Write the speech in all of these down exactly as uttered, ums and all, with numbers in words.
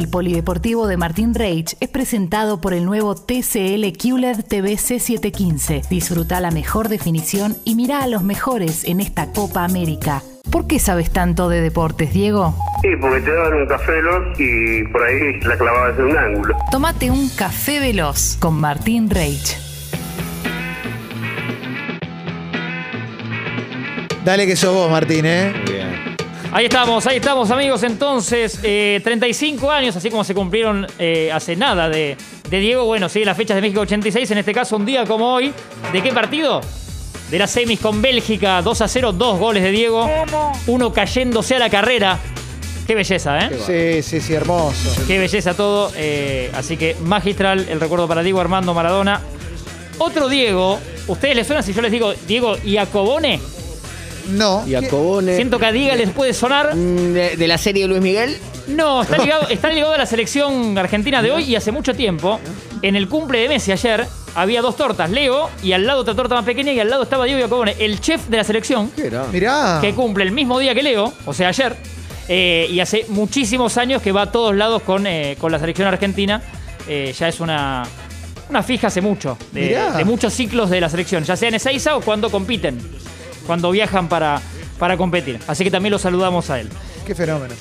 El polideportivo de Martín Reich es presentado por el nuevo T C L Q L E D T V C setecientos quince. Disfruta la mejor definición y mira a los mejores en esta Copa América. ¿Por qué sabes tanto de deportes, Diego? Sí, porque te daban un café veloz y por ahí la clavabas en un ángulo. Tómate un café veloz con Martín Reich. Dale que sos vos, Martín, ¿eh? Muy bien. Ahí estamos, ahí estamos, amigos. Entonces, eh, treinta y cinco años, así como se cumplieron eh, hace nada de, de Diego. Bueno, sigue las fechas de México ochenta y seis. En este caso, un día como hoy. ¿De qué partido? De las semis con Bélgica. dos a cero, dos goles de Diego. Uno cayéndose a la carrera. Qué belleza, ¿eh? Sí, sí, sí, hermoso. Qué belleza todo. Eh, así que magistral el recuerdo para Diego Armando Maradona. Otro Diego. ¿Ustedes les suena si yo les digo Diego Iacobone? No. Iacobone. Siento que a Diego les puede sonar. ¿De, de la serie de Luis Miguel? No, está ligado, está ligado a la selección argentina de hoy y hace mucho tiempo. En el cumple de Messi ayer había dos tortas, Leo, y al lado otra torta más pequeña, y al lado estaba Diego Iacobone, el chef de la selección, Mirá. que cumple el mismo día que Leo, o sea, ayer, eh, y hace muchísimos años que va a todos lados con, eh, con la selección argentina. Eh, ya es una, una fija hace mucho, de, de muchos ciclos de la selección, ya sea en Ezeiza o cuando compiten, cuando viajan para, para competir. Así que también lo saludamos a él. Qué fenómeno.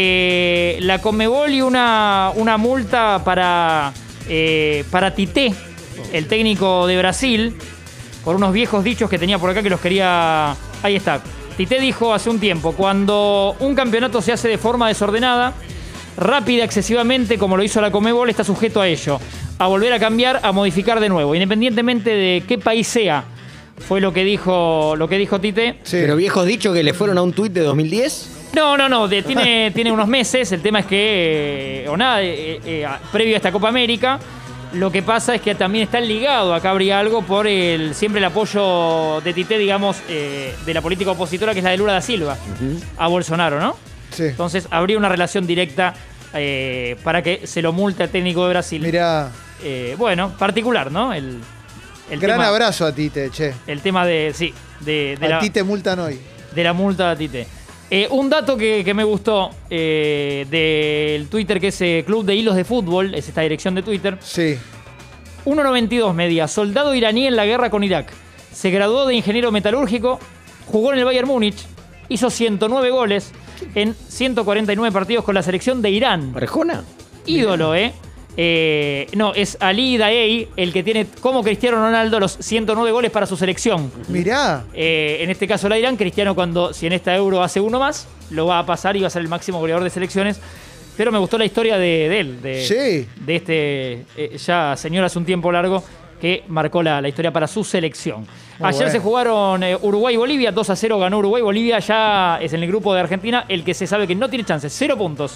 Eh, la Conmebol y una, una multa para, eh, para Tite, el técnico de Brasil, por unos viejos dichos que tenía por acá que los quería... Ahí está. Tite dijo hace un tiempo, cuando un campeonato se hace de forma desordenada, rápida, excesivamente, como lo hizo la Conmebol, está sujeto a ello, a volver a cambiar, a modificar de nuevo, independientemente de qué país sea. Fue lo que dijo, lo que dijo Tite. Sí. Pero viejos dichos que le fueron a un tuit de dos mil diez. No, no, no, de, tiene, tiene unos meses. El tema es que, eh, o nada, eh, eh, previo a esta Copa América, lo que pasa es que también está ligado, acá habría algo por el siempre el apoyo de Tite, digamos, eh, de la política opositora, que es la de Lula da Silva, uh-huh. a Bolsonaro, ¿no? Sí. Entonces habría una relación directa eh, para que se lo multe al técnico de Brasil. Mirá. Eh, bueno, particular, ¿no? El, el Gran tema, abrazo a Tite, che. El tema de, sí, de, de a la... Tite multan hoy. De la multa a Tite. Eh, un dato que, que me gustó eh, del Twitter, que es eh, Club de Hilos de Fútbol, es esta dirección de Twitter. Sí. uno noventa y dos media, soldado iraní en la guerra con Irak. Se graduó de ingeniero metalúrgico, jugó en el Bayern Múnich, hizo ciento nueve goles en ciento cuarenta y nueve partidos con la selección de Irán. ¿Arjona? Ídolo, ¿eh? Eh, no, es Ali Daei el que tiene como Cristiano Ronaldo los ciento nueve goles para su selección. Mirá. Eh, en este caso la Irán, Cristiano, cuando si en esta Euro hace uno más, lo va a pasar y va a ser el máximo goleador de selecciones. Pero me gustó la historia de, de él, de, sí. de este eh, ya señor hace un tiempo largo que marcó la, la historia para su selección. Muy Ayer bueno. se jugaron eh, Uruguay y Bolivia, dos a cero ganó Uruguay. Bolivia ya es en el grupo de Argentina el que se sabe que no tiene chances, cero puntos.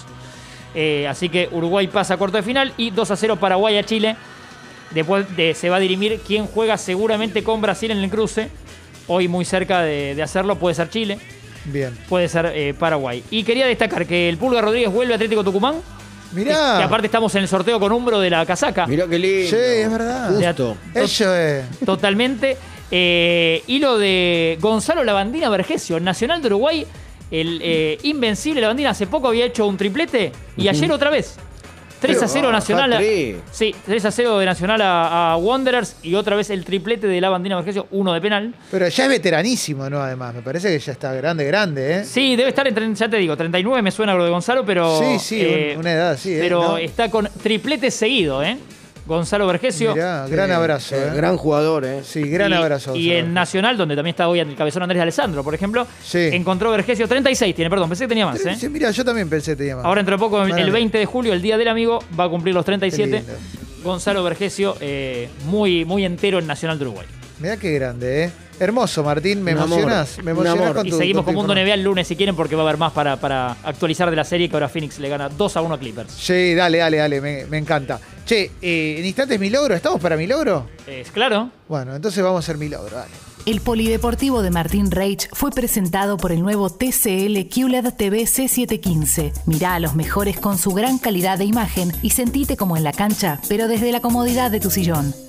Eh, así que Uruguay pasa a cuarto de final y dos a cero Paraguay a Chile. Después de, se va a dirimir quién juega seguramente con Brasil en el cruce. Hoy muy cerca de, de hacerlo puede ser Chile. Bien. Puede ser eh, Paraguay. Y quería destacar que el Pulga Rodríguez vuelve a Atlético Tucumán. Mirá. Que, que aparte estamos en el sorteo con Umbro de la casaca. Mirá qué lindo. Sí, es verdad. Justo. Eso es. Totalmente. Eh, y lo de Gonzalo Lavandina Vergesio, Nacional de Uruguay. El eh, invencible Lavandina hace poco había hecho un triplete y uh-huh. ayer otra vez. tres a cero Nacional. A, sí, tres a cero de Nacional a, a Wanderers y otra vez el triplete de Lavandina Vergesio, uno de penal. Pero ya es veteranísimo, ¿no? Además, me parece que ya está grande, grande, ¿eh? Sí, debe estar en, ya te digo, treinta y nueve me suena lo de Gonzalo, pero... Sí, sí, eh, una edad, sí. Pero ¿eh? ¿no? está con triplete seguido, ¿eh? Gonzalo Vergesio. Mirá, gran abrazo. Eh, ¿eh? Gran jugador, ¿eh? Sí, gran y, abrazo. Y en Nacional, donde también está hoy el cabezón Andrés Alessandro, por ejemplo, sí. encontró Vergesio treinta y seis, tiene, perdón, pensé que tenía más, ¿eh? Sí, mira, yo también pensé que tenía más. Ahora dentro de poco, Bueno, el veinte de julio, el Día del Amigo, va a cumplir los treinta y siete. Gonzalo Vergesio, eh, muy, muy entero en Nacional de Uruguay. Mirá qué grande, ¿eh? Hermoso, Martín, me un emocionás. Amor, me emocionás con y tu, seguimos con con tu Mundo N B A el lunes si quieren, porque va a haber más para, para actualizar de la serie, que ahora Phoenix le gana dos a uno a Clippers. Sí, dale, dale, dale, me, me encanta. Che, eh, en instantes mi logro, ¿estamos para mi logro? Es claro. Bueno, entonces vamos a hacer mi logro, dale. El polideportivo de Martín Reich fue presentado por el nuevo T C L Q L E D T V C setecientos quince. Mirá a los mejores con su gran calidad de imagen y sentite como en la cancha, pero desde la comodidad de tu sillón.